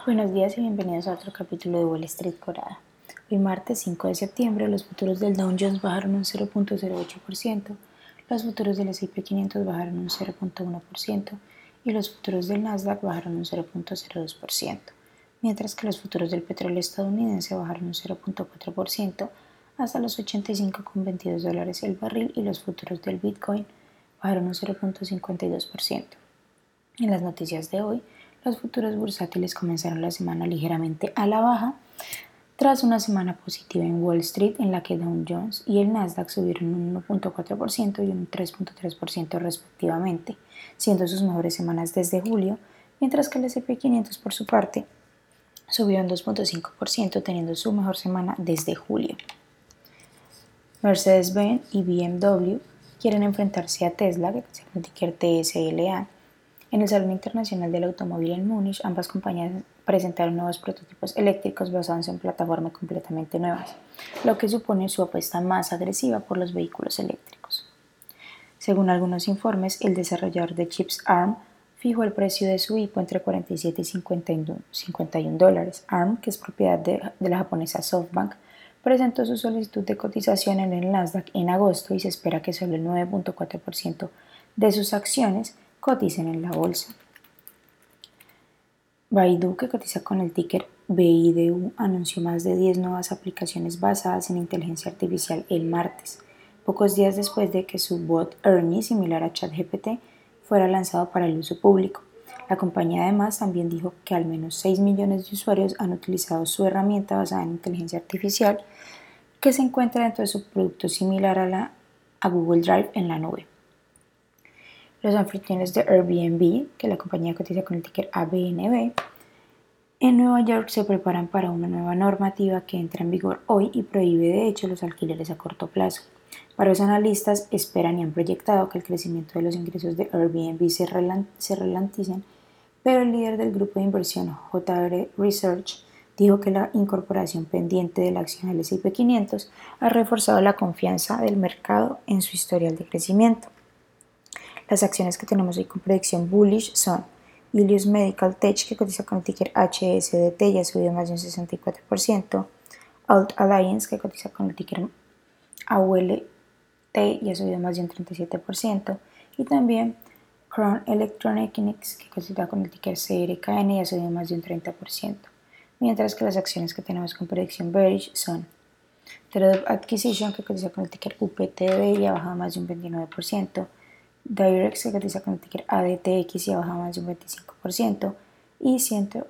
Buenos días y bienvenidos a otro capítulo de Wall Street Colada. Hoy martes 5 de septiembre los futuros del Dow Jones bajaron un 0.08%, los futuros del S&P 500 bajaron un 0.1% y los futuros del Nasdaq bajaron un 0.02%, mientras que los futuros del petróleo estadounidense bajaron un 0.4% hasta los $85,22 el barril y los futuros del Bitcoin bajaron un 0.52%. En las noticias de hoy, los futuros bursátiles comenzaron la semana ligeramente a la baja, tras una semana positiva en Wall Street en la que Dow Jones y el Nasdaq subieron un 1.4% y un 3.3% respectivamente, siendo sus mejores semanas desde julio, mientras que el S&P 500 por su parte subió un 2.5% teniendo su mejor semana desde julio. Mercedes-Benz y BMW quieren enfrentarse a Tesla, que es el ticker TSLA. En el Salón Internacional del Automóvil en Múnich, ambas compañías presentaron nuevos prototipos eléctricos basados en plataformas completamente nuevas, lo que supone su apuesta más agresiva por los vehículos eléctricos. Según algunos informes, el desarrollador de chips ARM fijó el precio de su IPO entre 47 y $51. ARM, que es propiedad de la japonesa SoftBank, presentó su solicitud de cotización en el Nasdaq en agosto y se espera que solo el 9.4% de sus acciones coticen en la bolsa. Baidu, que cotiza con el ticker BIDU, anunció más de 10 nuevas aplicaciones basadas en inteligencia artificial el martes, pocos días después de que su bot Ernie, similar a ChatGPT, fuera lanzado para el uso público. La compañía además también dijo que al menos 6 millones de usuarios han utilizado su herramienta basada en inteligencia artificial, que se encuentra dentro de su producto similar a Google Drive en la nube. Los anfitriones de Airbnb, que la compañía cotiza con el ticker ABNB, en Nueva York se preparan para una nueva normativa que entra en vigor hoy y prohíbe de hecho los alquileres a corto plazo. Varios analistas esperan y han proyectado que el crecimiento de los ingresos de Airbnb se ralenticen, pero el líder del grupo de inversión JR Research dijo que la incorporación pendiente de la acción al S&P 500 ha reforzado la confianza del mercado en su historial de crecimiento. Las acciones que tenemos hoy con predicción bullish son Ilios Medical Tech, que cotiza con el ticker HSDT y ha subido más de un 64%, Alt Alliance, que cotiza con el ticker AULT y ha subido más de un 37%, y también Crown Electronics, que cotiza con el ticker CRKN y ha subido más de un 30%, mientras que las acciones que tenemos con predicción bearish son Terador Acquisition, que cotiza con el ticker UPTB y ha bajado más de un 29%, Direx, que cotiza con el ticker ADTX y ha bajado más de un 25%, y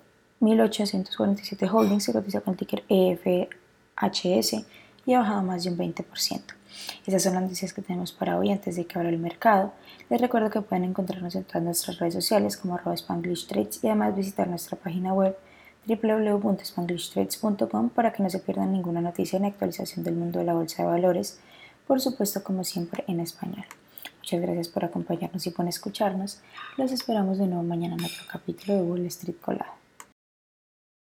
1847 Holdings, que cotiza con el ticker EFHS y ha bajado más de un 20%. Esas son las noticias que tenemos para hoy antes de que abra el mercado. Les recuerdo que pueden encontrarnos en todas nuestras redes sociales como @SpanglishTrades y además visitar nuestra página web www.spanglishtrades.com para que no se pierdan ninguna noticia ni actualización del mundo de la bolsa de valores, por supuesto como siempre en español. Muchas gracias por acompañarnos y por escucharnos. Los esperamos de nuevo mañana en otro capítulo de Wall Street Colada.